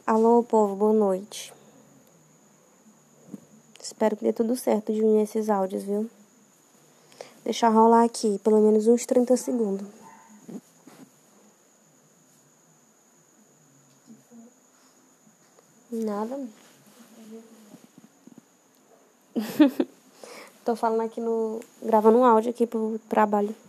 Alô, povo, boa noite. Espero que dê tudo certo de unir esses áudios, viu? Deixar rolar aqui, pelo menos uns 30 segundos. Nada. Tô falando aqui gravando um áudio aqui pro trabalho.